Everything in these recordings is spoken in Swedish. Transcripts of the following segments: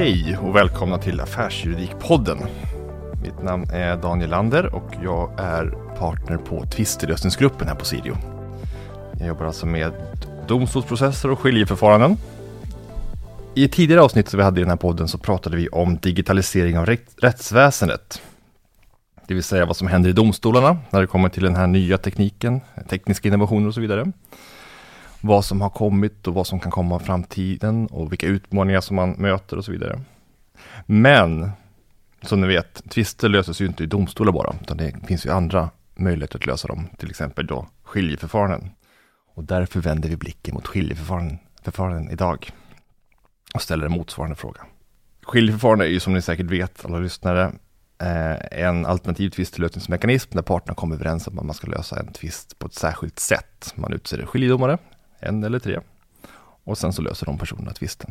Hej och välkomna till Affärsjuridikpodden. Mitt namn är Daniel Lander och jag är partner på tvistelösningsgruppen här på Sirio. Jag jobbar alltså med domstolsprocesser och skiljeförfaranden. I ett tidigare avsnitt som vi hade i den här podden så pratade vi om digitalisering av rättsväsendet. Det vill säga vad som händer i domstolarna när det kommer till den här nya tekniken, tekniska innovationer och så vidare. Vad som har kommit och vad som kan komma i framtiden och vilka utmaningar som man möter och så vidare. Men som ni vet, tvister löses ju inte i domstolar bara, utan det finns ju andra möjligheter att lösa dem, till exempel då skiljeförfaranden. Och därför vänder vi blicken mot skiljeförfaranden idag och ställer en motsvarande fråga. Skiljeförfarande är ju, som ni säkert vet, alla lyssnare, en alternativ tvistelösningsmekanism där parterna kommer överens om att man ska lösa en tvist på ett särskilt sätt. Man utser en skiljedomare, 1 eller 3, och sen så löser de personerna tvisten.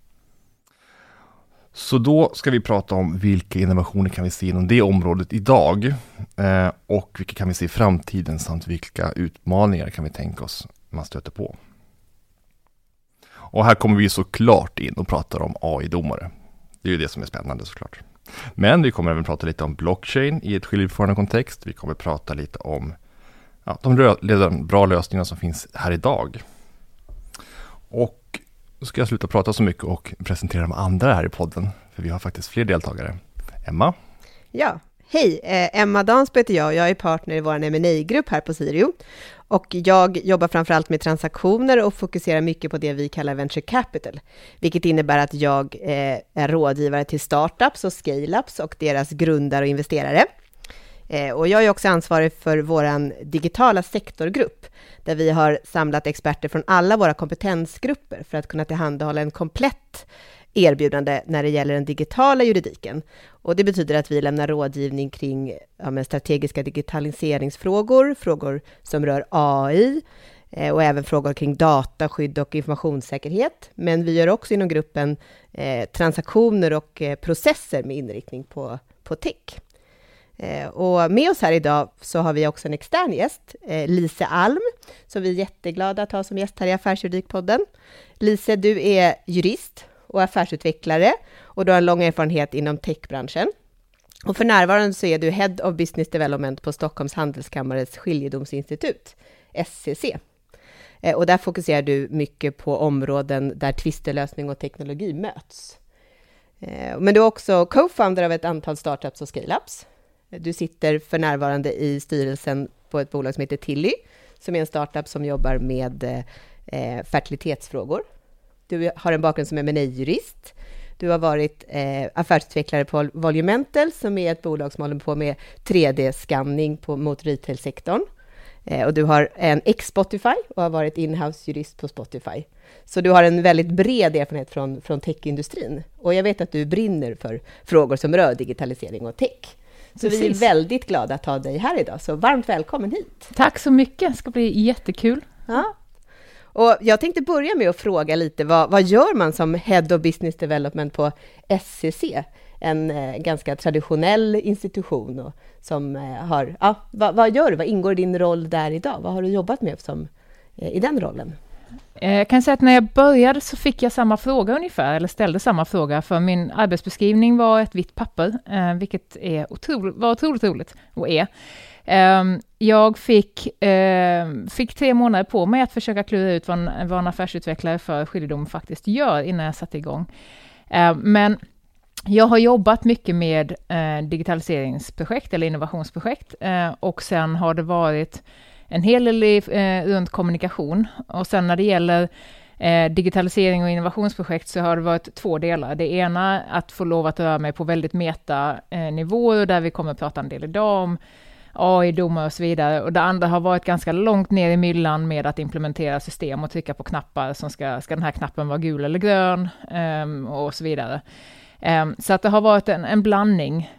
Så då ska vi prata om vilka innovationer kan vi se inom det området idag och vilka kan vi se i framtiden samt vilka utmaningar kan vi tänka oss man stöter på. Och här kommer vi såklart in och pratar om AI-domare. Det är ju det som är spännande såklart. Men vi kommer även prata lite om blockchain i ett skiljeförfarande kontext. Vi kommer prata lite om de bra lösningar som finns här idag. Och då ska jag sluta prata så mycket och presentera de andra här i podden. För vi har faktiskt fler deltagare. Emma? Ja, hej. Emma Dansby heter jag och jag är partner i vår M&A-grupp här på Sirio. Och jag jobbar framförallt med transaktioner och fokuserar mycket på det vi kallar venture capital. Vilket innebär att jag är rådgivare till startups och scale-ups och deras grundare och investerare. Och jag är också ansvarig för vår digitala sektorgrupp, där vi har samlat experter från alla våra kompetensgrupper för att kunna tillhandahålla en komplett erbjudande när det gäller den digitala juridiken. Och det betyder att vi lämnar rådgivning kring strategiska digitaliseringsfrågor, frågor som rör AI och även frågor kring dataskydd och informationssäkerhet. Men vi gör också inom gruppen transaktioner och processer med inriktning på tech. Och med oss här idag så har vi också en extern gäst, Lise Alm, som vi är jätteglada att ha som gäst här i Affärsjuridikpodden. Lise, du är jurist och affärsutvecklare och du har en lång erfarenhet inom techbranschen. Och för närvarande så är du Head of Business Development på Stockholms Handelskammares skiljedomsinstitut, SCC. Och där fokuserar du mycket på områden där tvistelösning och teknologi möts. Men du är också co-founder av ett antal startups och scale-ups. Du sitter för närvarande i styrelsen på ett bolag som heter Tilly, som är en startup som jobbar med fertilitetsfrågor. Du har en bakgrund som M&A-jurist. Du har varit affärsutvecklare på Volumental, som är ett bolag som håller på med 3D-skanning mot retail-sektorn. Och du har en ex-Spotify och har varit in-house-jurist på Spotify. Så du har en väldigt bred erfarenhet från techindustrin. Och jag vet att du brinner för frågor som rör digitalisering och tech. Så precis. Vi är väldigt glada att ha dig här idag, så varmt välkommen hit. Tack så mycket, det ska bli jättekul. Ja. Och jag tänkte börja med att fråga lite, vad gör man som Head of Business Development på SCC? En ganska traditionell institution och som har, vad gör du? Vad ingår i din roll där idag? Vad har du jobbat med i den rollen? Jag kan säga att när jag började så fick jag samma fråga ungefär, eller ställde samma fråga, för min arbetsbeskrivning var ett vitt papper, vilket var otroligt roligt och är. Jag fick 3 månader på mig att försöka klura ut vad en affärsutvecklare för skiljedom faktiskt gör innan jag satte igång. Men jag har jobbat mycket med digitaliseringsprojekt eller innovationsprojekt och sen har det varit en hel del runt kommunikation. Och sen när det gäller digitalisering och innovationsprojekt så har det varit 2 delar. Det ena att få lov att röra mig på väldigt meta-nivåer där vi kommer att prata en del idag om AI-domar och så vidare. Och det andra har varit ganska långt ner i myllan med att implementera system och trycka på knappar som ska den här knappen vara gul eller grön och så vidare. Så att det har varit en blandning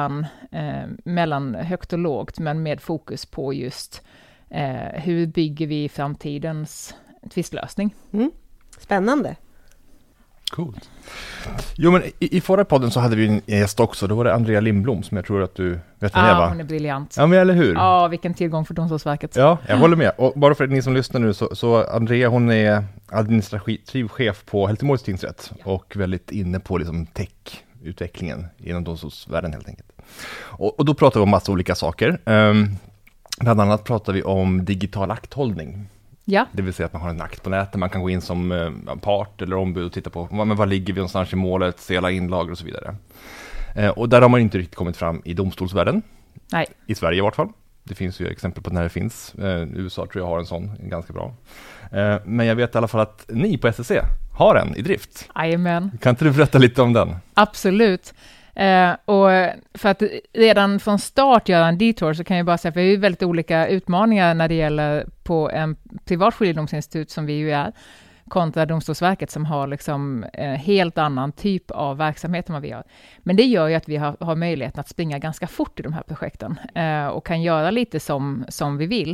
mellan högt och lågt, men med fokus på just hur bygger vi framtidens tvistlösning. Spännande. Coolt. Jo, men i förra podden så hade vi en gäst också. Då var det Andrea Lindblom som jag tror att du vet vem det är, va? Hon är briljant. Ja, men eller hur? Ja, vilken tillgång för Domstolsverket. Ja, jag håller med. Och bara för att ni som lyssnar nu så Andrea, hon är administrativ chef på Helsingborgs tingsrätt och väldigt inne på liksom tech-utvecklingen inom domstolsvärlden helt enkelt. Och då pratar vi om massa olika saker. Bland annat pratar vi om digital akthållning. Ja. Det vill säga att man har en akt på nätet, man kan gå in som part eller ombud och titta på var ligger vi någonstans i målet, se alla inlagor och så vidare. Och där har man inte riktigt kommit fram i domstolsvärlden. Nej. I Sverige i vart fall. Det finns ju exempel på när det finns. USA tror jag har en sån, ganska bra. Men jag vet i alla fall att ni på SSC har en i drift. Jajamän. Kan inte du berätta lite om den? Absolut. Och för att redan från start göra en detour så kan jag bara säga, för det är ju väldigt olika utmaningar när det gäller på en privat skiljedomsinstitut som vi ju är, kontra Domstolsverket som har liksom helt annan typ av verksamhet än vad vi har. Men det gör ju att vi har möjligheten att springa ganska fort i de här projekten och kan göra lite som vi vill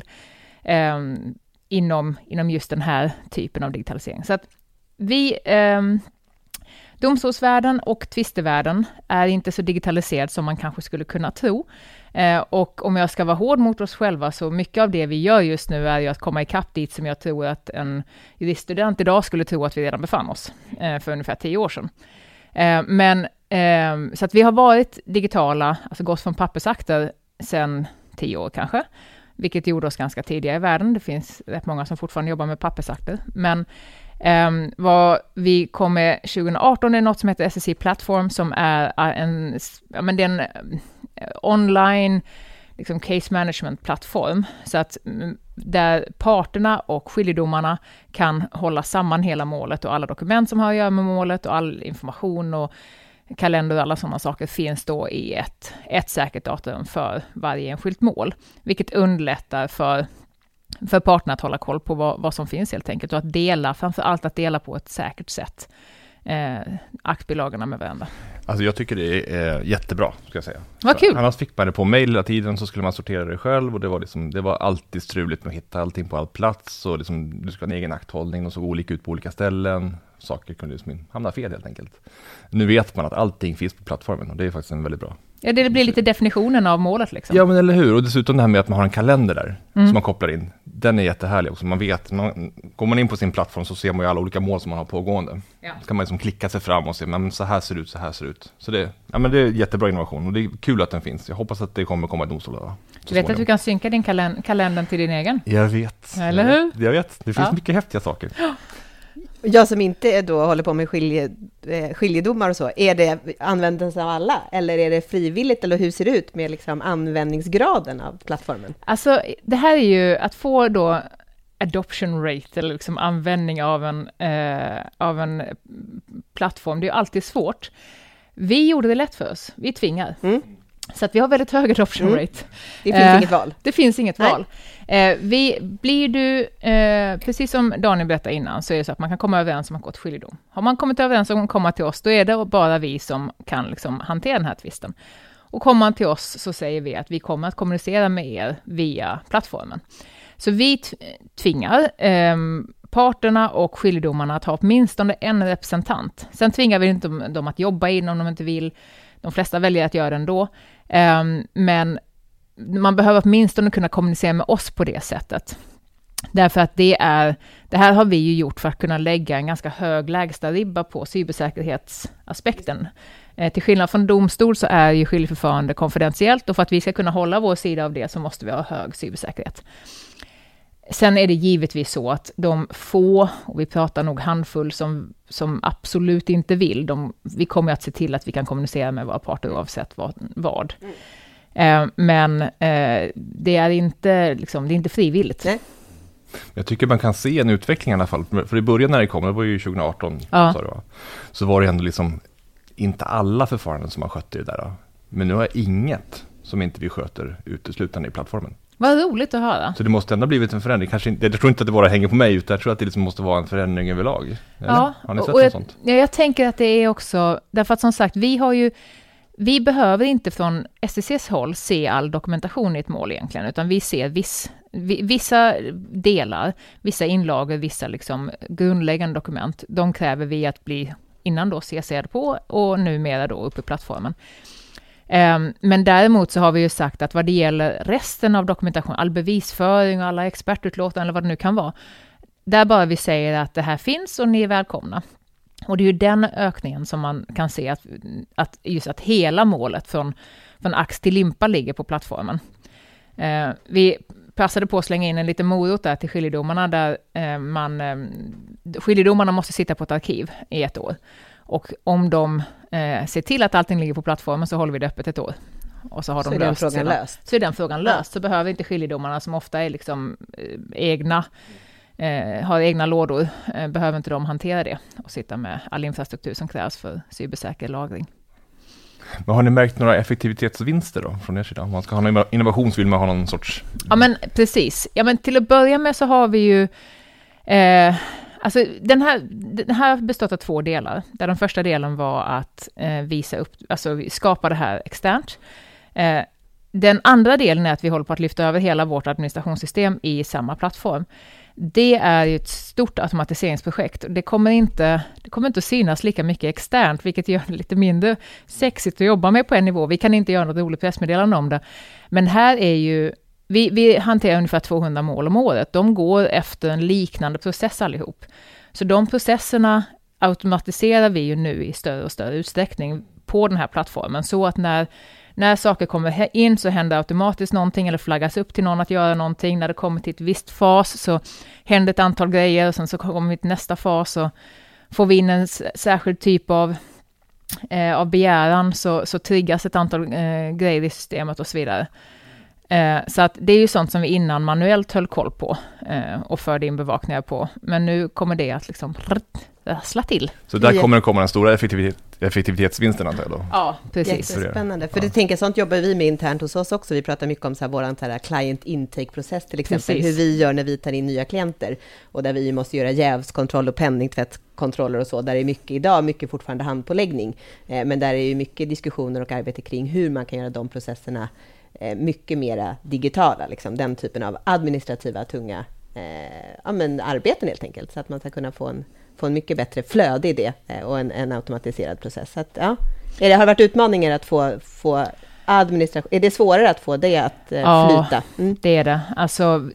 inom just den här typen av digitalisering. Så att vi... Domstolsvärlden och tvistevärlden är inte så digitaliserad som man kanske skulle kunna tro. Och om jag ska vara hård mot oss själva, så mycket av det vi gör just nu är ju att komma ikapp dit som jag tror att en juriststudent idag skulle tro att vi redan befann oss för ungefär 10 år sedan. Så att vi har varit digitala, alltså gått från pappersakter sedan 10 år kanske, vilket gjorde oss ganska tidiga i världen. Det finns rätt många som fortfarande jobbar med pappersakter, men vad vi kom med 2018 är något som heter SSC Platform, som är en online liksom case management plattform, så att där parterna och skiljedomarna kan hålla samman hela målet och alla dokument som har att göra med målet och all information och kalender och alla sådana saker finns då i ett säkert datum för varje enskilt mål, vilket underlättar för parterna att hålla koll på vad som finns helt enkelt, och att dela, framförallt att dela på ett säkert sätt aktbilagorna med varandra. Alltså jag tycker det är jättebra, ska jag säga. Vad kul! Annars fick man det på mail hela tiden, så skulle man sortera det själv, och det var alltid struligt med att hitta allting på all plats, och liksom, du ska ha en egen akthållning och såg olika ut på olika ställen. Saker kunde liksom hamna fel helt enkelt. Nu vet man att allting finns på plattformen, och det är faktiskt en väldigt bra. Ja, det blir lite definitionen av målet liksom. Ja, men eller hur? Och dessutom det här med att man har en kalender där som man kopplar in. Den är jättehärlig också. Man vet, går man in på sin plattform så ser man ju alla olika mål som man har pågående. Ja. Så kan man liksom klicka sig fram och se, men så här ser det ut, så här ser det ut. Så det är jättebra innovation, och det är kul att den finns. Jag hoppas att det kommer komma i domstolarna. Du vet att du kan synka din kalendern till din egen? Jag vet. Eller hur? Jag vet. Det finns mycket häftiga saker. Jag som inte då håller på med skiljedomar och så, är det användas av alla? Eller är det frivilligt? Eller hur ser det ut med liksom användningsgraden av plattformen? Alltså, det här är ju att få då adoption rate, eller liksom användning av en plattform. Det är ju alltid svårt. Vi gjorde det lätt för oss. Vi tvingar. Så att vi har väldigt hög adoption rate. Det finns inget val. Det finns inget val. Precis som Daniel berättade innan, så är det så att man kan komma överens om att gå till skiljedom. Har man kommit överens om att komma till oss, då är det bara vi som kan liksom hantera den här tvisten. Och kommer man till oss så säger vi att vi kommer att kommunicera med er via plattformen. Så vi tvingar parterna och skiljedomarna att ha åtminstone en representant. Sen tvingar vi inte dem att jobba in om de inte vill. De flesta väljer att göra det ändå. Men man behöver åtminstone kunna kommunicera med oss på det sättet. Därför att det här har vi ju gjort för att kunna lägga en ganska hög lägsta ribba på cybersäkerhetsaspekten. Till skillnad från domstol så är ju skiljeförfarande konfidentiellt, och för att vi ska kunna hålla vår sida av det så måste vi ha hög cybersäkerhet. Sen är det givetvis så att de få, och vi pratar nog handfull som absolut inte vill, vi kommer att se till att vi kan kommunicera med våra parter oavsett vad. Men det är inte frivilligt. Nej. Jag tycker man kan se en utveckling i alla fall. För i början när det kom, det var ju 2018, sa det, va? Så var det ändå liksom inte alla förfaranden som man skötte det där. Då. Men nu har jag inget som inte vi sköter uteslutande i plattformen. Vad roligt att höra. Så det måste ändå ha blivit en förändring. Jag tror inte att det bara hänger på mig, utan jag tror att det liksom måste vara en förändring överlag. Eller? Ja, har ni sett något sånt? Ja, jag tänker att det är också, därför att som sagt, vi behöver inte från SSCs håll se all dokumentation i ett mål egentligen, utan vi ser vissa delar, vissa inlagor, vissa liksom grundläggande dokument. De kräver vi att bli innan då CC på och numera då uppe i plattformen. Men däremot så har vi ju sagt att vad det gäller resten av dokumentation, all bevisföring och alla expertutlåtanden eller vad det nu kan vara, där bara vi säger att det här finns och ni är välkomna. Och det är ju den ökningen som man kan se att just att hela målet från ax till limpa ligger på plattformen. Vi passade på att slänga in en liten morot där till skiljedomarna där skiljedomarna måste sitta på ett arkiv i 1 år. Och om de ser till att allting ligger på plattformen så håller vi det öppet 1 år. Och så har de löst frågan löst. Så är den frågan löst. Så behöver inte skiljedomarna som ofta är liksom har egna lådor, behöver inte de hantera det och sitta med all infrastruktur som krävs för cybersäker lagring. Men har ni märkt några effektivitetsvinster då från er sida? Om man ska ha någon innovation så vill man ha någon sorts... Ja men precis. Ja men till att börja med så har vi ju alltså den här bestått av 2 delar. Där den första delen var att visa upp, alltså skapa det här externt. Den andra delen är att vi håller på att lyfta över hela vårt administrationssystem i samma plattform. Det är ju ett stort automatiseringsprojekt. Det kommer inte att synas lika mycket externt, vilket gör det lite mindre sexigt att jobba med på en nivå. Vi kan inte göra något roligt pressmeddelande om det. Men här är ju, vi hanterar ungefär 200 mål om året. De går efter en liknande process allihop. Så de processerna automatiserar vi ju nu i större och större utsträckning på den här plattformen. Så att när saker kommer in så händer automatiskt någonting eller flaggas upp till någon att göra någonting. När det kommer till ett visst fas så händer ett antal grejer och sen så kommer vi till nästa fas och får vi in en särskild typ av begäran så triggas ett antal grejer i systemet och så vidare. Så att det är ju sånt som vi innan manuellt höll koll på och förde in bevakningar på. Men nu kommer det att liksom rassla till. Så där kommer det komma den stora effektivitetsvinsten då? Ja, precis. Jättespännande. För det tänker sånt jobbar vi med internt hos oss också. Vi pratar mycket om så här våran så här client intake-process till exempel. Precis. Hur vi gör när vi tar in nya klienter. Och där vi måste göra jävskontroll och penningtvättkontroller och så. Där är mycket fortfarande handpåläggning. Men där är ju mycket diskussioner och arbete kring hur man kan göra de processerna mycket mera digitala. Liksom. Den typen av administrativa, tunga arbeten helt enkelt. Så att man ska kunna få en mycket bättre flöde i det och en automatiserad process. Så att, ja. Har det varit utmaningar att få administration? Är det svårare att få det att flyta? Ja, det är det. Alltså,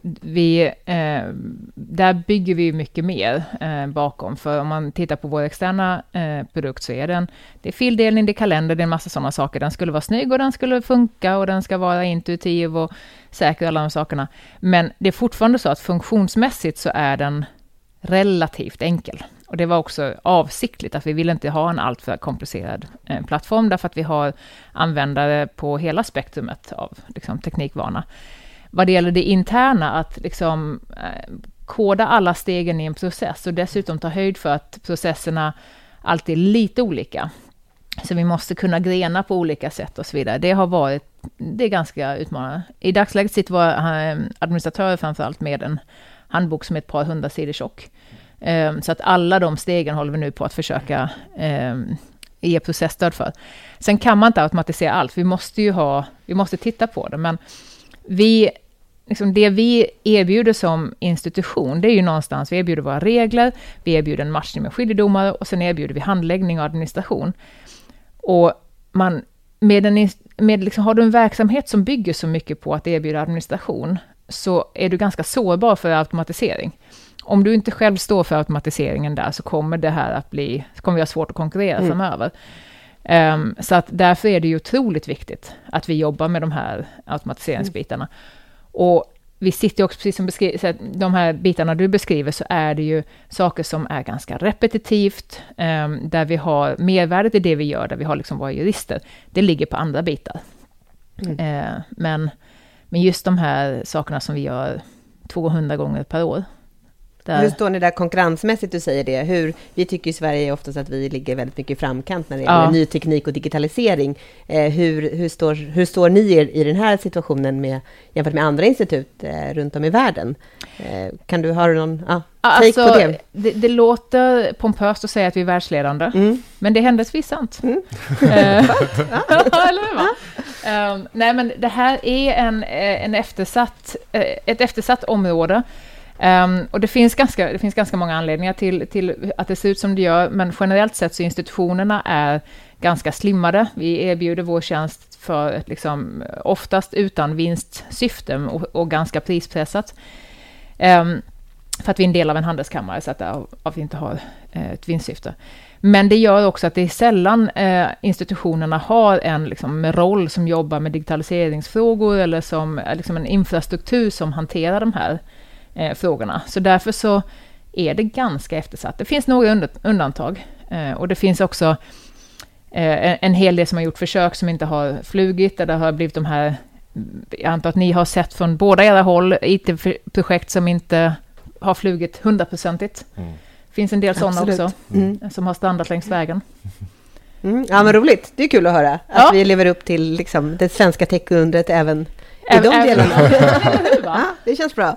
där bygger vi mycket mer bakom. För om man tittar på vår externa produkt så är det är fildelning, det är kalender, det är en massa sådana saker. Den skulle vara snygg och den skulle funka och den ska vara intuitiv och säker, alla de sakerna. Men det är fortfarande så att funktionsmässigt så är den relativt enkel. Och det var också avsiktligt att vi vill inte ha en alltför komplicerad plattform därför att vi har användare på hela spektrumet av liksom, teknikvana. Vad det gäller det interna, att liksom, koda alla stegen i en process och dessutom ta höjd för att processerna alltid är lite olika. Så vi måste kunna grena på olika sätt och så vidare. Det är ganska utmanande. I dagsläget sitter våra administratörer framförallt med en handbok som är ett par 100 sidor tjock. Så att alla de stegen håller vi nu på att försöka ge processstöd för. Sen kan man inte automatisera allt. Vi måste titta på det. Men det vi erbjuder som institution, det är ju någonstans, vi erbjuder våra regler, vi erbjuder en matchning med skiljedomare och sen erbjuder vi handläggning och administration. Och har du en verksamhet som bygger så mycket på att erbjuda administration så är du ganska sårbar för automatisering. Om du inte själv står för automatiseringen där så kommer vi ha svårt att konkurrera framöver. Så att därför är det ju otroligt viktigt att vi jobbar med de här automatiseringsbitarna. Och vi sitter också, precis som de här bitarna du beskriver, så är det ju saker som är ganska repetitivt, där vi har mervärdet i det vi gör, där vi har liksom våra jurister. Det ligger på andra bitar. Men just de här sakerna som vi gör 200 gånger per år. Hur står ni där konkurrensmässigt, du säger det? Vi tycker i Sverige oftast att vi ligger väldigt mycket i framkant när det gäller ny teknik och digitalisering. Hur står ni i den här situationen jämfört med andra institut runt om i världen? Har du någon take på det? Det låter pompöst att säga att vi är världsledande, men det är händelsevis sant. Nej, men det här är ett eftersatt område. Och det finns ganska många anledningar till att det ser ut som det gör, men generellt sett så institutionerna är ganska slimmade. Vi erbjuder vår tjänst för ett liksom, oftast utan vinstsyfte och ganska prispressat. För att vi är en del av en handelskammare, så att vi inte har ett vinstsyfte. Men det gör också att det är sällan institutionerna har en liksom, roll som jobbar med digitaliseringsfrågor eller som liksom, en infrastruktur som hanterar de här frågorna. Så därför så är det ganska eftersatt. Det finns några undantag. Och det finns också en hel del som har gjort försök som inte har flugit, där det har blivit de här, jag antar att ni har sett från båda era håll, IT-projekt som inte har flugit 100%. Finns en del sådana också, som har stannat längs vägen. Ja, men roligt. Det är kul att höra att vi lever upp till liksom, det svenska tech-undret även i de delarna. Ja, det känns bra.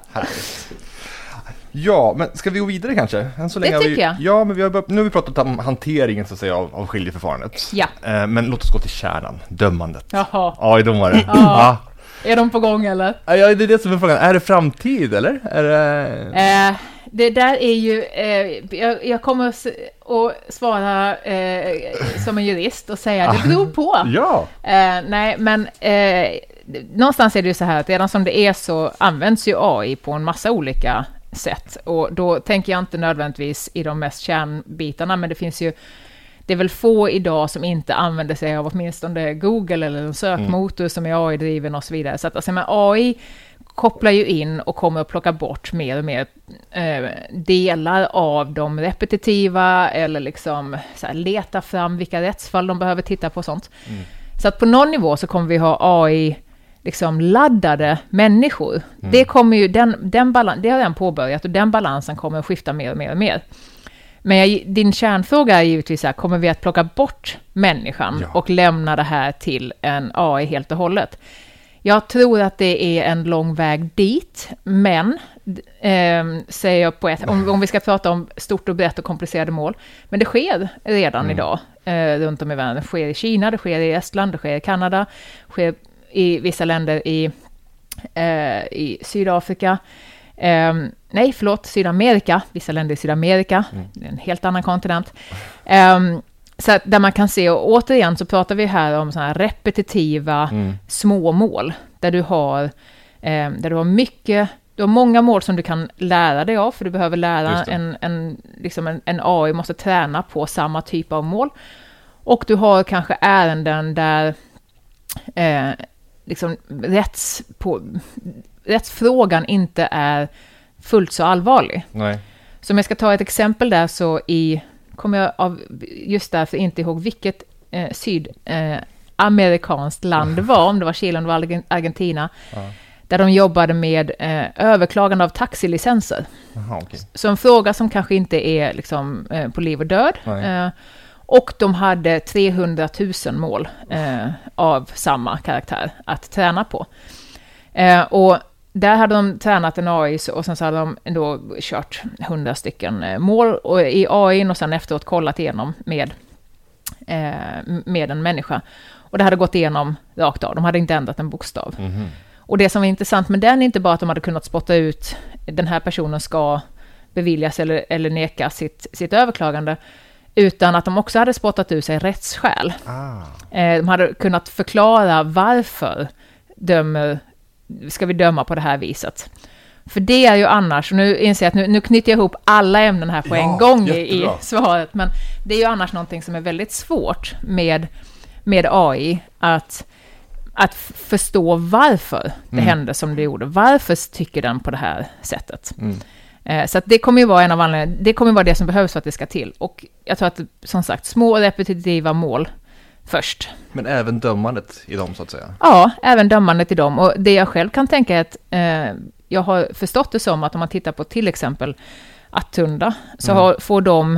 Ja, men ska vi gå vidare kanske? Än så länge det tycker jag. Ja, men nu har vi pratat om hanteringen så att säga, av skiljeförfarandet. Ja. Men låt oss gå till kärnan, dömandet. Jaha. Ja, i domare. Ja. Är de på gång eller? Ja, det är det som är frågan. Är det framtid eller? Är det... Det där är ju, jag kommer att svara som en jurist och säga det beror på. Ja. Nej, men någonstans är det ju så här att redan som det är så används ju AI på en massa olika sätt. Och då tänker jag inte nödvändigtvis i de mest kärnbitarna, men det är väl få idag som inte använder sig av åtminstone Google eller en sökmotor som är AI-driven och så vidare. Så att alltså, men AI kopplar ju in och kommer att plocka bort mer och mer delar av de repetitiva eller liksom så här, leta fram vilka rättsfall de behöver titta på och sånt. Så att på någon nivå så kommer vi ha AI liksom laddade människor. Det kommer ju det har redan påbörjat och den balansen kommer att skifta mer och mer och mer. Men din kärnfråga är givetvis så här, kommer vi att plocka bort människan och lämna det här till en AI helt och hållet? Jag tror att det är en lång väg dit, men säger jag om vi ska prata om stort och brett och komplicerade mål, men det sker redan idag runt om i världen. Det sker i Kina, det sker i Estland, det sker i Kanada, det sker i vissa länder i Sydafrika. Sydamerika, vissa länder i Sydamerika, det är en helt annan kontinent. Så att där man kan se, och återigen så pratar vi här om sådana här repetitiva små mål, där du har många mål som du kan lära dig av, för du behöver lära en AI måste träna på samma typ av mål. Och du har kanske ärenden där rättsfrågan inte är fullt så allvarlig. Nej. Så om jag ska ta ett exempel där, så kommer jag just därför inte ihåg vilket sydamerikanskt land det var, om det var Chile, om det var Argentina, där de jobbade med överklagande av taxilicenser. Aha, okay. Så en fråga som kanske inte är liksom, på liv och död. Och de hade 300 000 mål av samma karaktär att träna på. Och där hade de tränat en AI och sen så hade de då kört 100 stycken mål i AI och sen efteråt kollat igenom med en människa. Och det hade gått igenom rakt av. De hade inte ändrat en bokstav. Och det som var intressant med den är inte bara att de hade kunnat spotta ut den här personen ska beviljas eller neka sitt överklagande, utan att de också hade spottat ut sig rättsskäl. De hade kunnat förklara varför ska vi döma på det här viset. För det är ju annars, och nu inser jag att nu knyter jag ihop alla ämnen här på en gång i svaret, men det är ju annars någonting som är väldigt svårt med AI, att förstå varför det hände som det gjorde. Varför tycker den på det här sättet? Så att det kommer ju vara en av anledningarna, det kommer vara det som behövs för att det ska till. Och jag tror att, som sagt, små repetitiva mål först. Men även dömandet i dem, så att säga? Ja, även dömandet i dem. Och det jag själv kan tänka är att jag har förstått det som att om man tittar på till exempel Attunda, så får de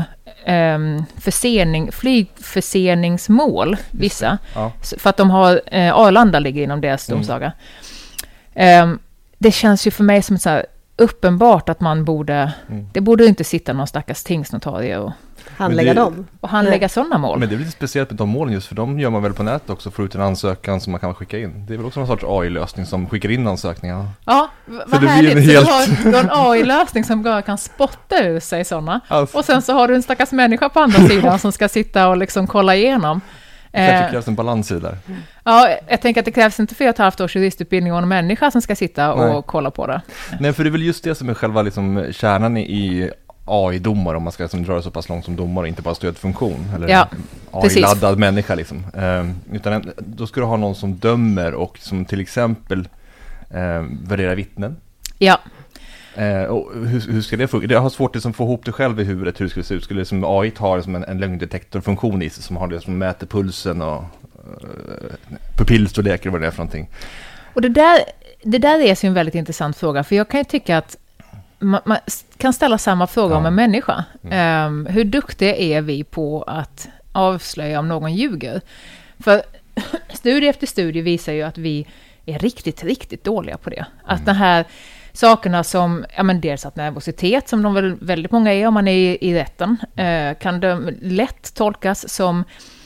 flygförseningsmål, vissa, för att de har Arlanda ligger inom deras domsaga. Det känns ju för mig som ett så här uppenbart att man det borde inte sitta någon stackars tingsnotarie och handlägga sådana mål. Men det är lite speciellt med de målen just för de gör man väl på nätet också, får ut en ansökan som man kan skicka in. Det är väl också en sorts AI-lösning som skickar in ansökningar. Ja, vad härligt. Så du har en AI-lösning som bara kan spotta ur sig sådana. Alltså. Och sen så har du en stackars människa på andra sidan som ska sitta och liksom kolla igenom. Det krävs en balans i det där. Ja, jag tänker att det krävs inte 4,5 års juristutbildning och en människa som ska sitta och kolla på det. Nej, för det är väl just det som är själva liksom kärnan i AI-domar, om man ska liksom dra det så pass långt som domar och inte bara stödfunktion eller AI-laddad människa liksom. Utan då ska du ha någon som dömer och som till exempel värderar vittnen. Ja. Och hur ska det funka? Jag har svårt att få ihop det själv i huvudet hur det skulle se ut. Skulle det som AI ha som en lögndetektorfunktion i sig som har det som mäter pulsen och pupillstorlek eller vad det är för någonting. Och det där är ju en väldigt intressant fråga, för jag kan ju tycka att man kan ställa samma fråga om en människa. Hur duktiga är vi på att avslöja om någon ljuger? För studie efter studie visar ju att vi är riktigt, riktigt dåliga på det. Att den här sakerna som, dels att nervositet, som de väl väldigt många är om man är i rätten, kan de lätt tolkas som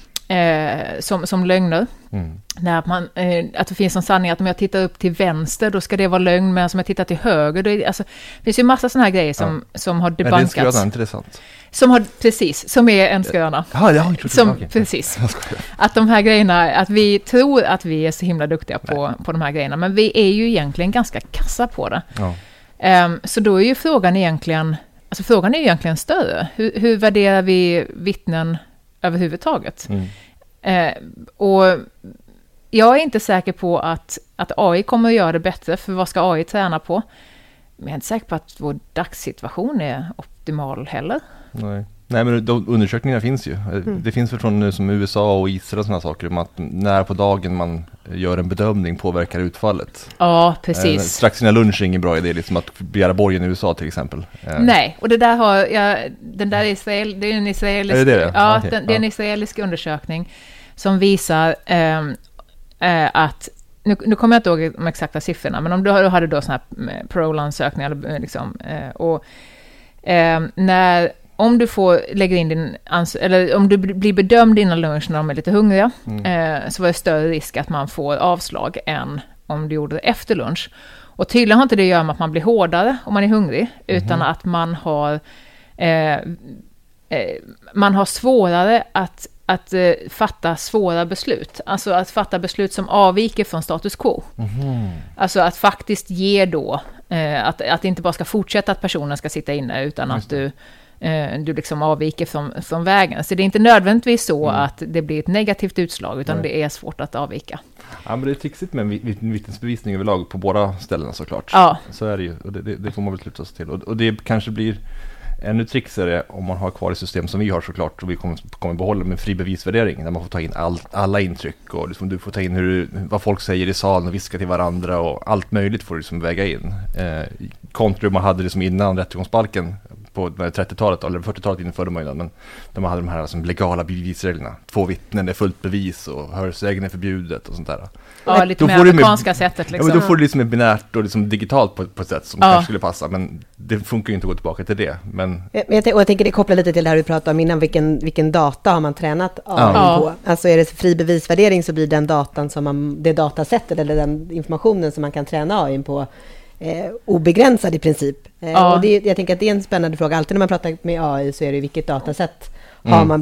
lögner. När att det finns en sanning att om jag tittar upp till vänster då ska det vara lögn, men om jag tittar till höger då det finns ju massa såna här grejer som har debankats. Men det är en skröna, inte det sant? Som är en skröna. Precis. Att de här grejerna, att vi tror att vi är så himla duktiga på de här grejerna, men vi är ju egentligen ganska kassa på det. Så då är ju frågan egentligen större. Hur värderar vi vittnen överhuvudtaget? Och jag är inte säker på att AI kommer att göra det bättre, för vad ska AI träna på? Men jag är inte säker på att vår dagssituation är optimal heller. Nej, men undersökningarna finns ju. Det finns väl från som USA och Israel och sådana saker om att när på dagen man gör en bedömning påverkar utfallet. Ja, precis. Strax innan lunch är ingen bra idé liksom att begära borgen i USA till exempel. Nej, och det där har den där det är en israelisk det är en israelisk undersökning som visar att nu kommer jag inte ihåg de exakta siffrorna, men om du hade då såna här parole-ansökningar liksom, om du lägger in eller om du blir bedömd innan lunch när de är lite hungriga, så var det större risk att man får avslag än om du gjorde det efter lunch. Och tydligen har inte det att göra med att man blir hårdare om man är hungrig, utan att man har svårare att fatta svåra beslut. Alltså att fatta beslut som avviker från status quo. Alltså att faktiskt ge då, att det inte bara ska fortsätta att personen ska sitta inne, utan att du liksom avviker från vägen. Så det är inte nödvändigtvis så att det blir ett negativt utslag, utan det är svårt att avvika. Ja, men det är trixigt med vittnesbevisning överlag på båda ställena såklart. Ja. Så är det ju, och det får man väl sluta sig till. Och det kanske blir ännu trixigare om man har kvar ett system som vi har såklart, och vi kommer behålla med fri bevisvärdering, där man får ta in alla intryck och liksom du får ta in vad folk säger i salen och viska till varandra och allt möjligt får du liksom väga in. Kontra man hade det som innan rättegångsbalken på 30-talet eller 40-talet införde man ju den, men där man hade de här liksom legala bevisreglerna. 2 vittnen är fullt bevis och hörsägen är förbjudet och sånt där. Ja, lite mer amerikanska sättet liksom. Ja, men då får du liksom ett binärt och liksom digitalt på ett sätt som kanske skulle passa, men det funkar ju inte att gå tillbaka till det. Men jag tänker det kopplar lite till det här du pratade om innan, vilken data har man tränat AI på? Alltså är det fri bevisvärdering så blir den datan det datasättet eller den informationen som man kan träna AI på obegränsad i princip. Och jag tänker att det är en spännande fråga. Alltid när man pratar med AI så är det vilket datasätt har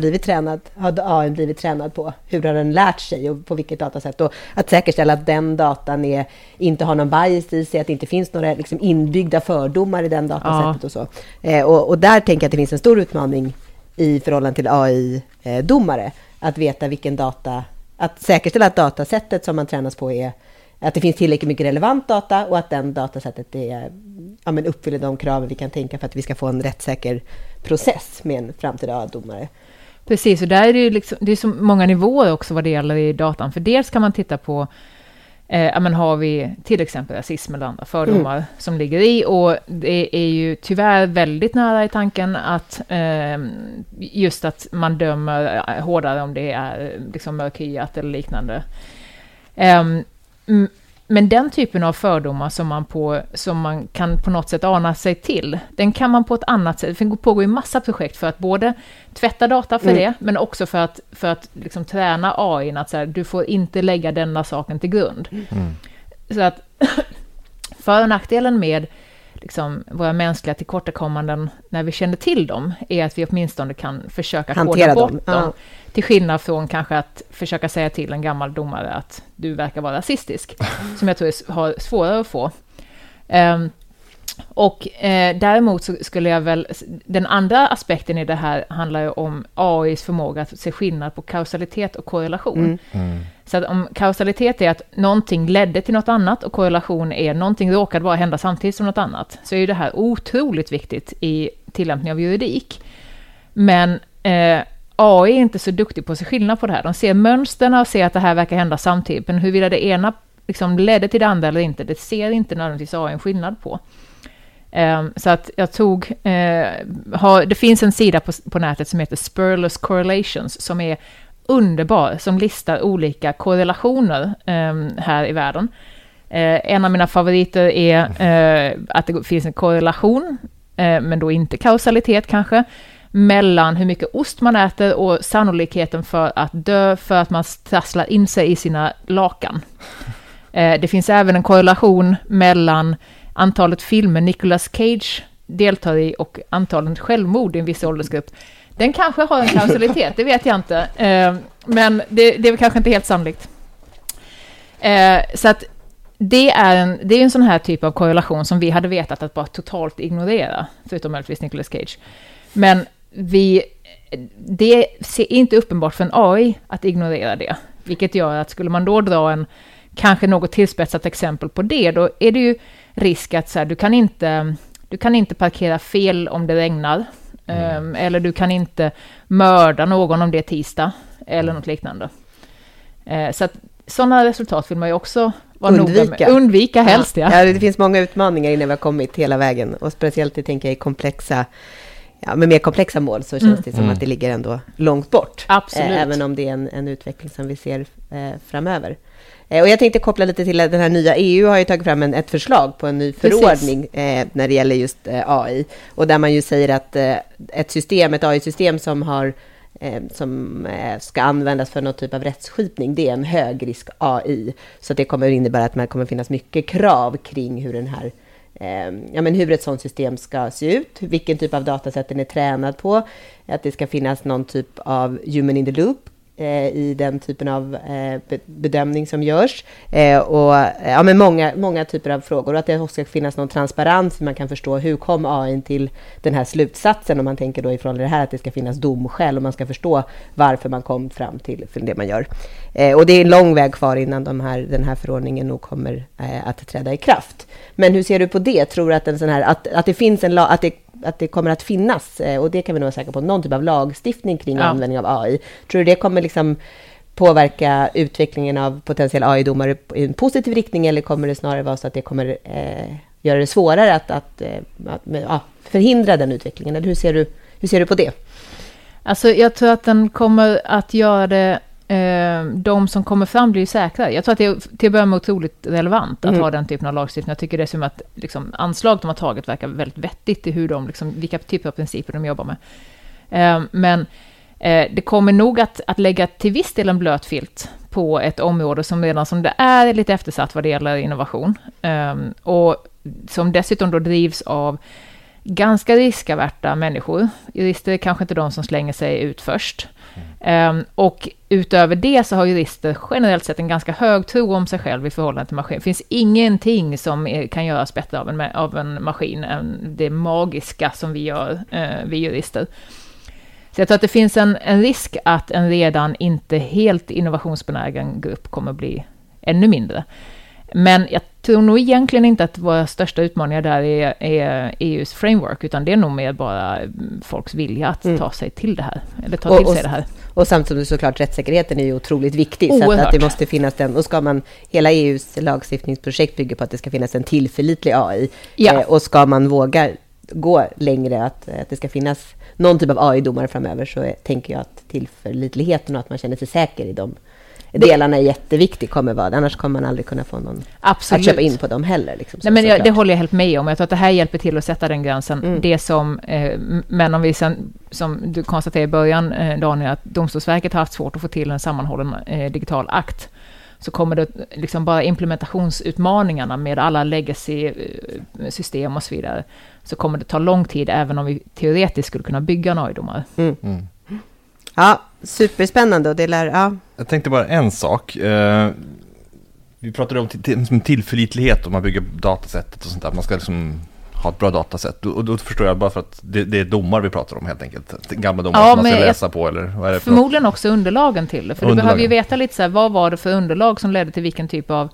AI blivit tränad på? Hur har den lärt sig och på vilket datasätt? Och att säkerställa att den datan inte har någon bias i sig, att det inte finns några liksom inbyggda fördomar i den datasättet och så. Och där tänker jag att det finns en stor utmaning i förhållande till AI-domare. Att veta att säkerställa att datasättet som man tränas på är att det finns tillräckligt mycket relevant data och att den datasättet uppfyller de krav vi kan tänka för att vi ska få en rättssäker process med en framtida domare. Precis, och där är det är så många nivåer också vad det gäller i datan. För dels kan man titta på, har vi till exempel rasism eller andra fördomar som ligger i, och det är ju tyvärr väldigt nära i tanken att just att man dömer hårdare om det är liksom mörkhyat eller liknande. Men den typen av fördomar som man kan på något sätt ana sig till, den kan man på ett annat sätt, det pågår ju massa projekt för att både tvätta data för det, men också för att liksom träna AI att så här, du får inte lägga denna saken till grund. Så att för- och nackdelen med liksom våra mänskliga tillkortakommanden när vi känner till dem är att vi åtminstone kan försöka koda bort dem. Till skillnad från kanske att försöka säga till en gammal domare att du verkar vara rasistisk, som jag tror har svårare att få. Däremot så skulle jag väl, den andra aspekten i det här handlar ju om AIs förmåga att se skillnad på kausalitet och korrelation. Så att om kausalitet är att någonting ledde till något annat och korrelation är någonting råkade bara hända samtidigt som något annat, så är ju det här otroligt viktigt i tillämpning av juridik. Men AI är inte så duktig på att se skillnad på det här. De ser mönstren och ser att det här verkar hända samtidigt, men huruvida det ena liksom ledde till det andra eller inte, det ser inte nödvändigtvis AI en skillnad på. Så att jag det finns en sida på nätet som heter Spurless Correlations som är underbar, som listar olika korrelationer här i världen. En av mina favoriter är att det finns en korrelation, men då inte kausalitet kanske, mellan hur mycket ost man äter och sannolikheten för att dö för att man trasslar in sig i sina lakan. Det finns även en korrelation mellan antalet filmer Nicolas Cage deltar i och antalet självmord i en viss åldersgrupp. Den kanske har en kausalitet, det vet jag inte. Men det är kanske inte helt sannolikt. Så att det är en sån här typ av korrelation som vi hade vetat att bara totalt ignorera, förutom möjligtvis Nicolas Cage. Men det är inte uppenbart för en AI att ignorera det. Vilket gör att skulle man då dra en kanske något tillspetsat exempel på det, då är det ju risk att så här, du kan inte parkera fel om det regnar. Eller du kan inte mörda någon om det är tisdag. Eller något liknande. Så att sådana resultat vill man ju också vara noga med. Undvika helst, ja. Det finns många utmaningar innan vi har kommit hela vägen. Och speciellt det tänker jag i med mer komplexa mål så känns det som att det ligger ändå långt bort. Absolut. Även om det är en utveckling som vi ser framöver. Och jag tänkte koppla lite till den här nya EU har ju tagit fram ett förslag på en ny förordning när det gäller just AI. Och där man ju säger att ett AI-system som ska användas för någon typ av rättsskipning, det är en högrisk AI. Så det kommer innebära att man kommer finnas mycket krav kring hur den här hur ett sådant system ska se ut, vilken typ av datasätt den är tränad på, att det ska finnas någon typ av human in the loop i den typen av bedömning som görs men många typer av frågor, och att det också ska finnas någon transparens, man kan förstå hur kom AI till den här slutsatsen, om man tänker då ifrån det här att det ska finnas domskäl och man ska förstå varför man kom fram till det man gör. Och det är en lång väg kvar innan den här förordningen nog kommer att träda i kraft. Men hur ser du på det? Tror du att en sån här att det finns en att det kommer att finnas, och det kan vi nog vara säkra på, någon typ av lagstiftning kring användning av AI. Tror du det kommer liksom påverka utvecklingen av potentiella AI-domare i en positiv riktning, eller kommer det snarare vara så att det kommer göra det svårare att förhindra den utvecklingen? Eller hur ser du på det? Alltså jag tror att den kommer att göra det, de som kommer fram blir säkrare. Jag tror att det är till att börja med otroligt relevant att ha den typen av lagstiftning. Jag tycker det är som att liksom, anslag de har tagit verkar väldigt vettigt i hur vilka typer av principer de jobbar med. Men det kommer nog att lägga till viss del en blöt filt på ett område som redan som det är lite eftersatt vad det gäller innovation. Och som dessutom då drivs av ganska riskavärta människor. Jurister är kanske inte de som slänger sig ut först. Och utöver det så har jurister generellt sett en ganska hög tro om sig själv i förhållande till maskin. Det finns ingenting som kan göras bättre av en maskin än det magiska som vi gör, vi jurister. Så jag tror att det finns en risk att en redan inte helt innovationsbenägen grupp kommer bli ännu mindre. Men jag tror nog egentligen inte att våra största utmaningar där är EUs framework, utan det är nog mer bara folks vilja att ta sig till det här, eller ta till sig det här. Och samtidigt såklart rättssäkerheten är ju otroligt viktig, så att det måste finnas den, och hela EUs lagstiftningsprojekt bygger på att det ska finnas en tillförlitlig AI, och ska man våga gå längre, att det ska finnas någon typ av AI-domare framöver, så tänker jag att tillförlitligheten och att man känner sig säker i delarna är jätteviktigt kommer vara. Annars kommer man aldrig kunna få någon att köpa in på dem heller. Liksom, nej, men det håller jag helt med om. Jag tror att det här hjälper till att sätta den gränsen. Det som, men om vi sen, som du konstaterade i början, Daniel, att Domstolsverket har haft svårt att få till en sammanhållen digital akt, så kommer det liksom bara implementationsutmaningarna med alla legacy-system och så vidare, så kommer det ta lång tid, även om vi teoretiskt skulle kunna bygga en AI-domare. Ja, superspännande. Och det Jag tänkte bara en sak. Vi pratade om tillförlitlighet om man bygger datasättet och sånt där. Man ska liksom ha ett bra datasätt. Och då förstår jag bara för att det är domar vi pratar om helt enkelt. Gamla domar som man ska läsa på. Eller vad är det förmodligen också underlagen till det. För du behöver ju veta lite så här, vad var det för underlag som ledde till vilken typ av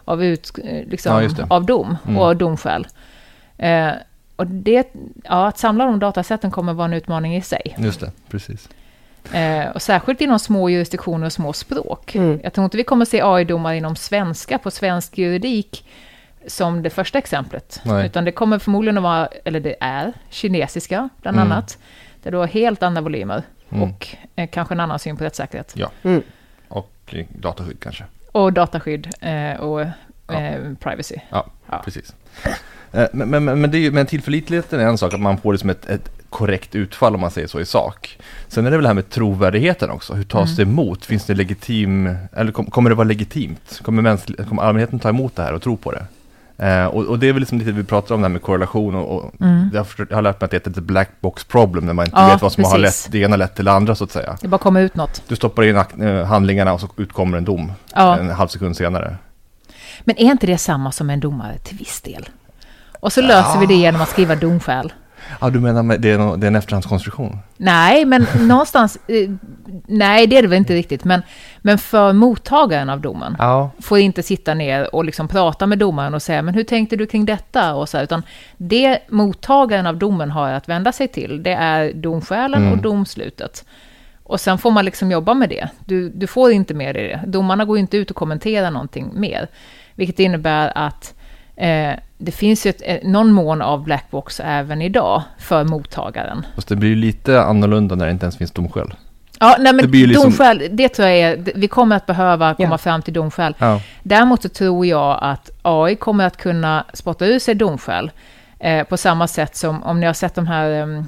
dom och domskäl. Och att samla de datasätten kommer vara en utmaning i sig. Just det, precis. Och särskilt inom små jurisdiktioner och små språk. Jag tror inte vi kommer se AI-domar inom svenska på svensk juridik som det första exemplet. Nej. Utan det kommer förmodligen att vara, eller det är, kinesiska bland annat. Där du har helt andra volymer. Och kanske en annan syn på rättssäkerhet. Ja, och dataskydd kanske. Och dataskydd och privacy. Ja, precis. Men, det är ju, men tillförlitligheten är en sak, att man får det som ett korrekt utfall om man säger så i sak. Sen är det väl det här med trovärdigheten också. Hur tas det emot? Finns det eller kommer det vara legitimt? Kommer allmänheten ta emot det här och tro på det? Och det är väl liksom lite vi pratar om det här med korrelation och jag har lärt mig att det är ett black box problem när man inte vet vad som har det ena lett till det andra så att säga. Det bara kommer ut något. Du stoppar in handlingarna och så utkommer en dom en halv sekund senare. Men är inte det samma som en domare till viss del? Och så löser vi det genom att skriva domskäl. Ja, du menar det är en efterhandskonstruktion? Nej, men någonstans... nej, det är det väl inte riktigt. Men för mottagaren av domen får inte sitta ner och liksom prata med domaren och säga, men hur tänkte du kring detta? Och så här, utan det mottagaren av domen har att vända sig till, det är domskälen och domslutet. Och sen får man liksom jobba med det. Du får inte mer i det. Domarna går inte ut och kommenterar någonting mer. Vilket innebär att det finns ju någon mån av blackbox även idag för mottagaren. Fast det blir ju lite annorlunda när det inte ens finns domskäl. Ja, nej, men domskäl, det tror jag vi kommer att behöva komma fram till domskäl. Ja. Däremot så tror jag att AI kommer att kunna spotta ur sig domskäl på samma sätt som om ni har sett de här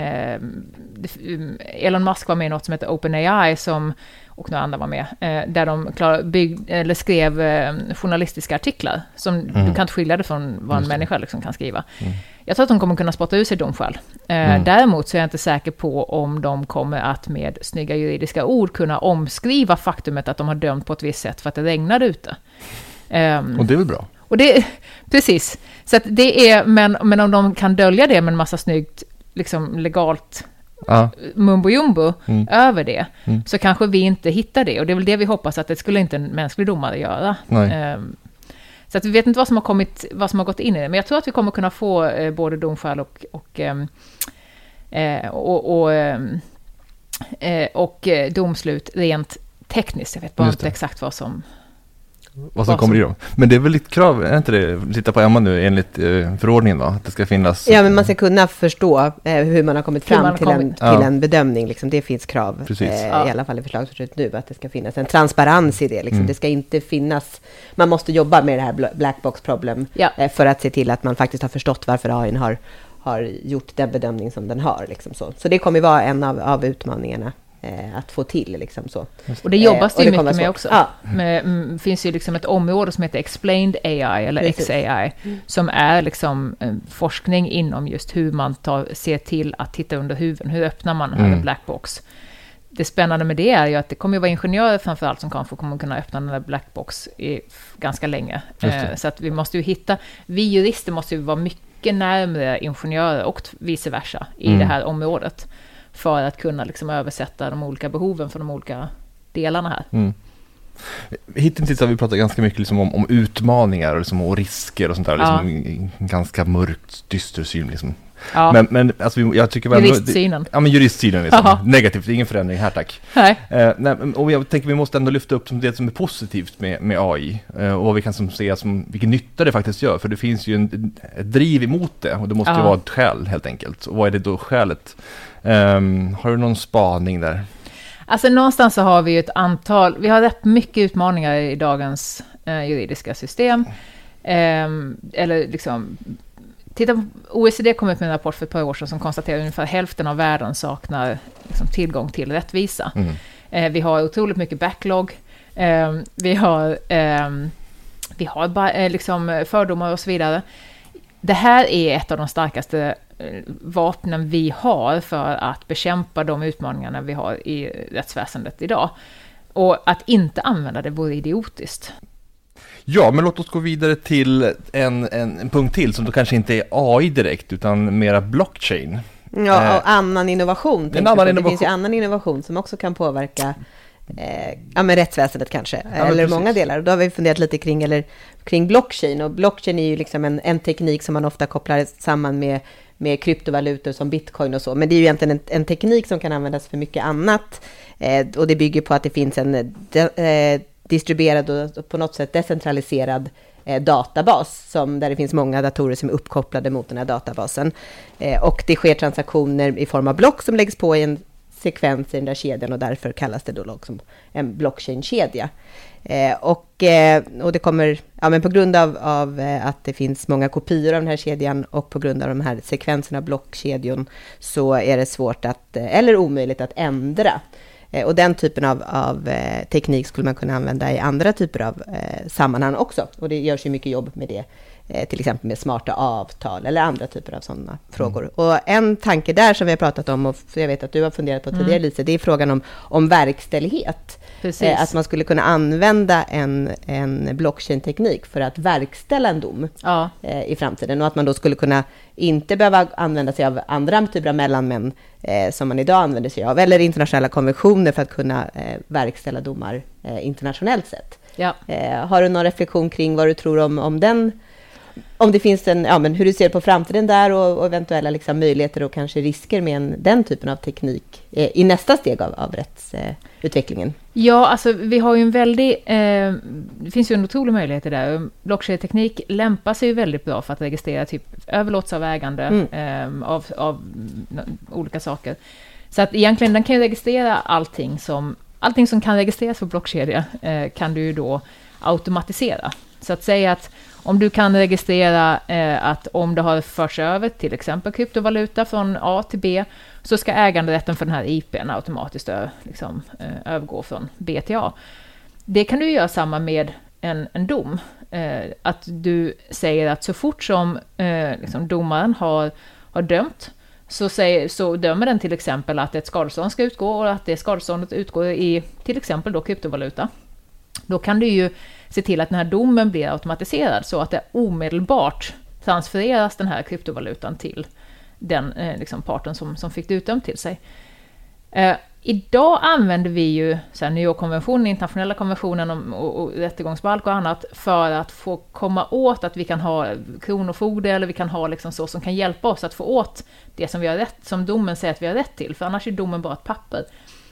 Elon Musk var med i något som heter OpenAI och några andra var med, där de skrev journalistiska artiklar som du kan inte skilja det från vad en människa liksom kan skriva. Jag tror att de kommer kunna spotta ur sig domskäl. Däremot så är jag inte säker på om de kommer att med snygga juridiska ord kunna omskriva faktumet att de har dömt på ett visst sätt för att det regnar ute. Och det är väl bra? Och precis. Så att det är, men om de kan dölja det med en massa snyggt liksom legalt mumbo jumbo över det, så kanske vi inte hittar det. Och det är väl det vi hoppas, att det skulle inte en mänsklig domare göra. Så att vi vet inte vad som har gått in i det. Men jag tror att vi kommer kunna få både domskäl och domslut rent tekniskt. Jag vet bara inte exakt vad som kommer i dem. Men det är väl ett krav, är inte det? Titta på Emma nu enligt förordningen då, att det ska finnas... Ja, men man ska kunna förstå hur man har kommit fram till en bedömning. Liksom. Det finns krav, i alla fall i förslagsförslaget nu, att det ska finnas en transparens i det. Liksom. Det ska inte finnas... Man måste jobba med det här black box problem för att se till att man faktiskt har förstått varför AI har gjort den bedömning som den har. Liksom så det kommer vara en av utmaningarna. Att få till liksom så. Och det jobbas det ju mycket med också. Det finns ju liksom ett område som heter Explained AI eller XAI som är liksom forskning inom just hur man ser till att titta under huven. Hur öppnar man en black box? Det spännande med det är ju att det kommer att vara ingenjörer framförallt som kommer kunna öppna den där black box ganska länge. Så att vi måste ju vi jurister måste ju vara mycket närmare ingenjörer och vice versa i det här området. För att kunna liksom översätta de olika behoven för de olika delarna här. Hittills har vi pratat ganska mycket liksom om utmaningar och, liksom, och risker och sånt där. Liksom, ganska mörkt, dyster syn. Liksom. Ja. Men alltså, jag tycker juristsynen. Men juristsynen liksom. Negativt, ingen förändring här, tack. Och jag tänker vi måste ändå lyfta upp det som är positivt med AI. Och vad vi kan se som vilken nytta det faktiskt gör. För det finns ju ett driv emot det. Och det måste ju vara ett skäl helt enkelt. Och vad är det då skälet? Har du någon spaning där? Alltså någonstans så har vi ju vi har rätt mycket utmaningar i dagens juridiska system. Eller liksom, OECD kom ut med en rapport för ett par år sedan som konstaterar att ungefär hälften av världen saknar liksom, tillgång till rättvisa. Vi har otroligt mycket backlog. Vi har liksom fördomar och så vidare. Det här är ett av de starkaste vapnen vi har för att bekämpa de utmaningarna vi har i rättsväsendet idag. Och att inte använda det vore idiotiskt. Ja, men låt oss gå vidare till en punkt till som då kanske inte är AI direkt utan mera blockchain. Ja, och annan innovation. Det finns ju annan innovation som också kan påverka men rättsväsendet kanske, eller precis. Många delar. Då har vi funderat lite kring blockchain. Och blockchain är ju liksom en teknik som man ofta kopplar samman med kryptovalutor som bitcoin och så. Men det är ju egentligen en teknik som kan användas för mycket annat. Och det bygger på att det finns en distribuerad och på något sätt decentraliserad databas där det finns många datorer som är uppkopplade mot den här databasen. Och det sker transaktioner i form av block som läggs på i en sekvens i den där kedjan och därför kallas det då som en blockchain-kedja. Och det kommer, men på grund av att det finns många kopior av den här kedjan och på grund av de här sekvenserna av blockkedjon så är det svårt eller omöjligt att ändra. Och den typen av teknik skulle man kunna använda i andra typer av sammanhang också. Och det görs ju mycket jobb med det. Till exempel med smarta avtal eller andra typer av sådana frågor. Och en tanke där som vi har pratat om och jag vet att du har funderat på tidigare Lisa, det är frågan om verkställighet. Att man skulle kunna använda en blockchain-teknik för att verkställa en dom i framtiden. Och att man då skulle kunna inte behöva använda sig av andra typer av mellanmän som man idag använder sig av. Eller internationella konventioner för att kunna verkställa domar internationellt sett. Ja. Har du någon reflektion kring vad du tror om den? Om det finns hur du ser på framtiden där och eventuella liksom möjligheter och kanske risker med den typen av teknik i nästa steg av rättsutvecklingen. Ja, alltså vi har ju det finns ju en otrolig möjlighet där. Blockchain-teknik lämpar sig ju väldigt bra för att registrera typ överlåtelse av ägande av olika saker. Så att egentligen den kan ju registrera allting som kan registreras på blockkedja kan du ju då automatisera. Så att säga att om du kan registrera att om det har förts över till exempel kryptovaluta från A till B så ska äganderätten för den här IP:n automatiskt övergå från B till A. Det kan du göra samma med en dom. Att du säger att så fort som domaren har dömt så dömer den till exempel att ett skadestånd ska utgå och att det skadeståndet utgår i till exempel då kryptovaluta. Då kan du ju se till att den här domen blir automatiserad så att det omedelbart transfereras den här kryptovalutan till den parten som fick det utdömt till sig. Idag använder vi ju New York-konventionen, internationella konventionen och rättegångsbalk och annat för att få komma åt att vi kan ha kronofogde eller vi kan ha så som kan hjälpa oss att få åt det som vi har rätt, som domen säger att vi har rätt till, för annars är domen bara ett papper.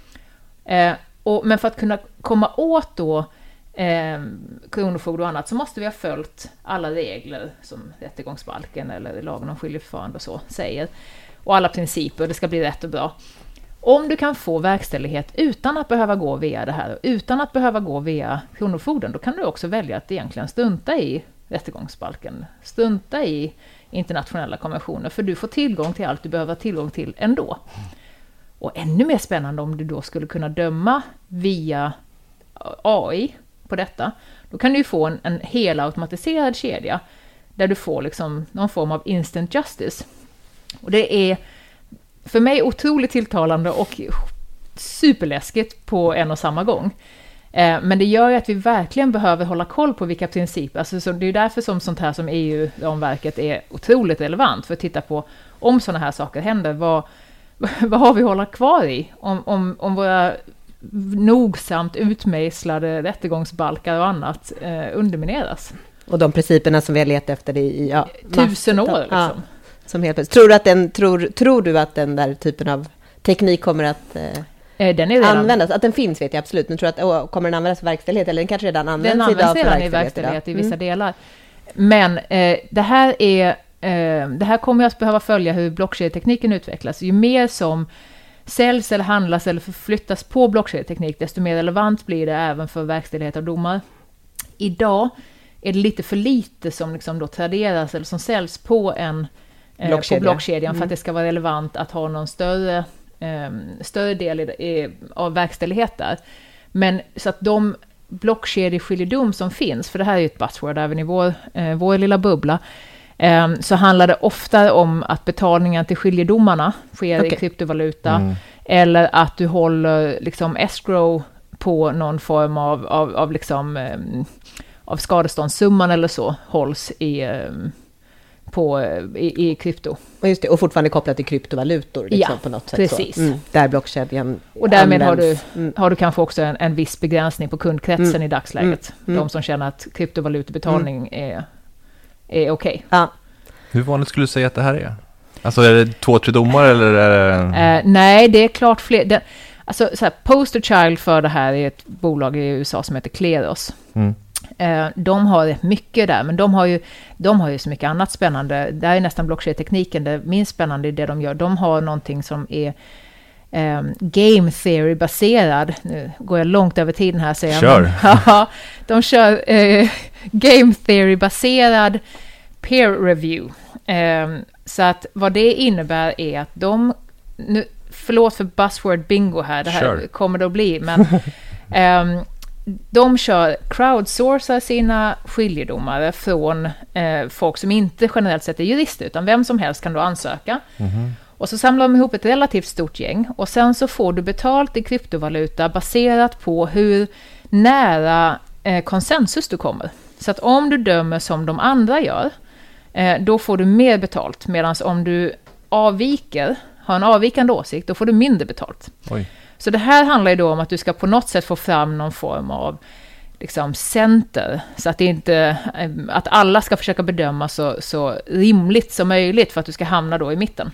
Men för att kunna komma åt då kronofogde och annat så måste vi ha följt alla regler som rättegångsbalken eller lagen om skiljeförfarande och så säger och alla principer, det ska bli rätt och bra. Om du kan få verkställighet utan att behöva gå via det här och utan att behöva gå via kronofogden, då kan du också välja att egentligen strunta i rättegångsbalken, strunta i internationella konventioner, för du får tillgång till allt du behöver tillgång till ändå. Och ännu mer spännande om du då skulle kunna döma via AI på detta, då kan du ju få en helautomatiserad kedja där du får någon form av instant justice. Och det är för mig otroligt tilltalande och superläskigt på en och samma gång. Men det gör ju att vi verkligen behöver hålla koll på vilka principer. Alltså, så det är därför som sånt här som EU-ramverket är otroligt relevant för att titta på om sådana här saker händer. Vad har vi att hålla kvar i? Om våra nogsamt utmejslade rättegångsbalkar och annat undermineras. Och de principerna som vi har letat efter i 1000 år. Som helt tror du att den där typen av teknik kommer att användas? Att den finns vet jag absolut. Men tror du att kommer den användas för verkställighet? Eller den kanske redan används idag? Den används redan i verkställighet i vissa delar. Men det här kommer att behöva följa hur blockchain-tekniken utvecklas. Ju mer som säljs eller handlas eller förflyttas på blockkedjeteknik, desto mer relevant blir det även för verkställighet av domar. Idag är det lite för lite som liksom då traderas eller som säljs på blockkedjan för att det ska vara relevant att ha någon större del av verkställighet där. Men så att de blockkedjeskiljedom som finns, för det här är ju ett buzzword även i vår lilla bubbla, så handlar det ofta om att betalningen till skiljedomarna sker i kryptovaluta, eller att du håller liksom escrow på någon form av liksom av skadeståndssumman eller så hålls i krypto. Och just det, och fortfarande kopplat till kryptovalutor liksom, på något sätt. Precis. Så. Där blockkedjan och därmed har du kanske också en viss begränsning på kundkretsen i dagsläget. De som känner att kryptovalutebetalning är okej. Ja. Hur vanligt skulle du säga att det här är? Alltså är det 2-3 domar eller är det... Nej, det är klart fler. Alltså så här, poster child för det här är ett bolag i USA som heter Kleros. De har rätt mycket där, men de har ju så mycket annat spännande. Det är nästan blockkedjetekniken, det minst spännande i det de gör. De har någonting som är game theory baserad. Nu går jag långt över tiden här, säger jag. Ja, de kör game theory baserad peer review. Så att vad det innebär är att förlåt för buzzword bingo här, det här kommer det att bli, men de crowdsourcar sina skiljedomare från folk som inte generellt sett är jurister, utan vem som helst kan då ansöka. Och så samlar de ihop ett relativt stort gäng, och sen så får du betalt i kryptovaluta baserat på hur nära konsensus du kommer. Så att om du dömer som de andra gör, då får du mer betalt, medan om du har en avvikande åsikt, då får du mindre betalt. Oj. Så det här handlar ju då om att du ska på något sätt få fram någon form av liksom center, så att att alla ska försöka bedöma så rimligt som möjligt för att du ska hamna då i mitten.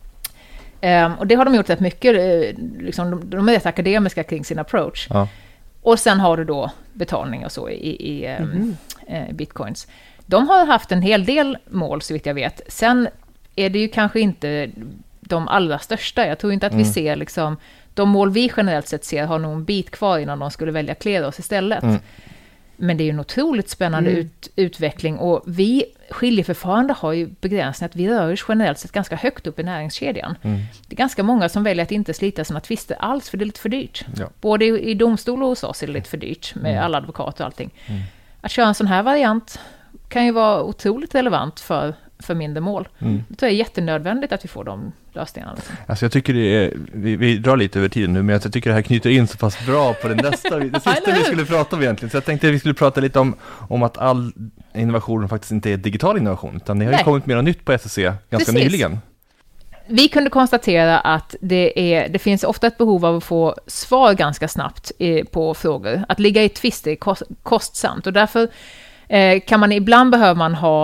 Och det har de gjort rätt mycket, liksom, de är rätt akademiska kring sin approach. Ja. Och sen har du då betalning och så i bitcoins. De har haft en hel del mål så vitt jag vet. Sen är det ju kanske inte de allra största. Jag tror inte att vi ser liksom, de mål vi generellt sett ser har nog en bit kvar innan de skulle välja Kleros istället. Men det är ju en otroligt spännande utveckling, och vi skiljeförfarande har ju begränsat att vi rör oss generellt sett ganska högt upp i näringskedjan. Det är ganska många som väljer att inte slita sina tvister alls, för det är lite för dyrt. Ja. Både i domstol och hos oss är det lite för dyrt med alla advokater och allting. Att köra en sån här variant kan ju vara otroligt relevant för mindre mål. Det tror jag är jättenödvändigt att vi får de lösningarna. Alltså jag tycker vi drar lite över tiden nu, men jag tycker det här knyter in så pass bra på det sista vi skulle prata om egentligen. Så jag tänkte att vi skulle prata lite om att all innovation faktiskt inte är digital innovation, utan det har ju kommit mer nytt på SEC ganska nyligen. Vi kunde konstatera att det finns ofta ett behov av att få svar ganska snabbt på frågor. Att ligga i tvist är kostsamt, och därför behöver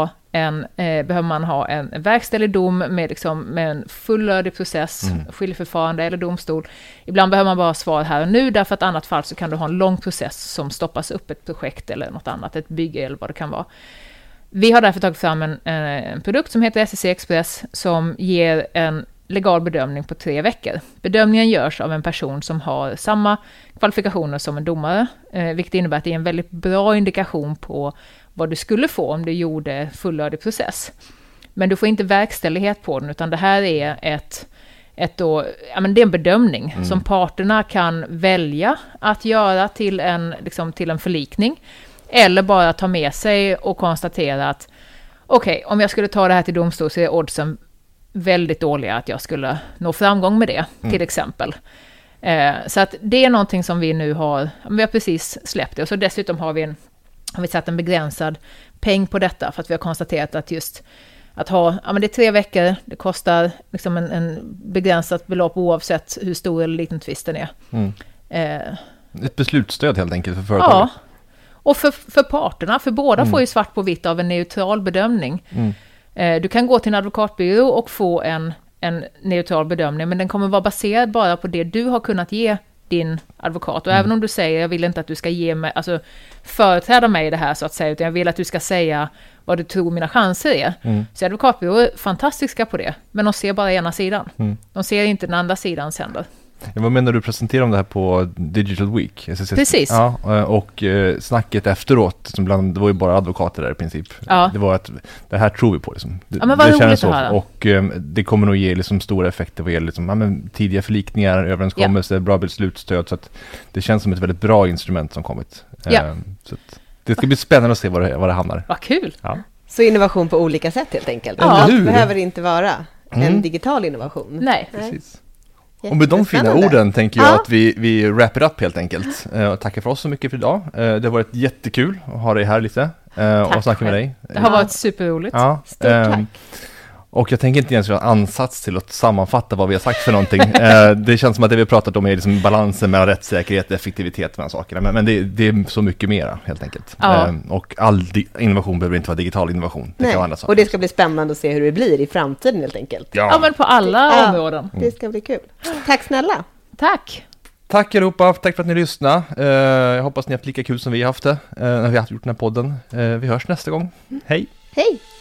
man ha en verkställig dom med en fullödig process, skiljeförfarande eller domstol. Ibland behöver man bara ha svar här och nu, därför att annat fall så kan du ha en lång process som stoppas upp, ett projekt eller något annat, ett bygge eller vad det kan vara. Vi har därför tagit fram en produkt som heter SEC Express, som ger en legal bedömning på 3 veckor. Bedömningen görs av en person som har samma kvalifikationer som en domare, vilket innebär att det är en väldigt bra indikation på vad du skulle få om du gjorde fullödig process. Men du får inte verkställighet på den, utan det här är det är en bedömning som parterna kan välja att göra till en förlikning, eller bara ta med sig och konstatera att om jag skulle ta det här till domstol så är oddsen väldigt dåliga att jag skulle nå framgång med det, till exempel. Så att det är någonting som vi nu har precis släppt det, och så dessutom har vi satt en begränsad peng på detta, för att vi har konstaterat att just att ha, det är 3 veckor, det kostar liksom en begränsat belopp oavsett hur stor eller liten tvisten är. Ett beslutsstöd helt enkelt för företaget. Ja, och för parterna, för båda får ju svart på vitt av en neutral bedömning. Du kan gå till en advokatbyrå och få en neutral bedömning, men den kommer vara baserad bara på det du har kunnat ge din advokat. Och även om du säger, jag vill inte att du ska ge mig, företräda mig i det här så att säga, utan jag vill att du ska säga vad du tror mina chanser är. Så advokatbyråer är fantastiska på det, men de ser bara ena sidan. De ser inte den andra sidans händer. Vad menar du presenterade om det här på Digital Week? Precis. Ja, och snacket efteråt, som det var ju bara advokater där i princip. Ja. Det var att det här tror vi på. Liksom. Ja, men vad det roligt känns så. att höra. Och det kommer nog ge liksom stora effekter vad gäller liksom, tidiga förlikningar, överenskommelser, bra beslutsstöd. Så att det känns som ett väldigt bra instrument som kommit. Ja. Så att det ska bli spännande att se var det hamnar. Vad kul! Ja. Så innovation på olika sätt helt enkelt. Ja. Allt behöver inte vara en digital innovation. Nej. Precis. Och med de fina Jättespännande. orden tänker jag att vi wrap it up helt enkelt. Tackar för oss så mycket för idag. Det har varit jättekul att ha dig här lite och snacka med dig. Det har varit superroligt. Ja, Stort tack. och jag tänker inte ens göra ansats till att sammanfatta vad vi har sagt för någonting. Det känns som att det vi har pratat om är liksom balansen mellan rättssäkerhet och effektivitet med de sakerna. Men det är så mycket mera helt enkelt. Ja. Och all innovation behöver inte vara digital innovation. Det kan vara andra saker. Och det ska bli spännande att se hur det blir i framtiden helt enkelt. Ja, men på alla områden. Det ska bli kul. Tack snälla. Tack! Tack allihopa, tack för att ni lyssnade. Jag hoppas ni har haft lika kul som vi har haft det när vi har gjort den här podden. Vi hörs nästa gång. Hej! Hej!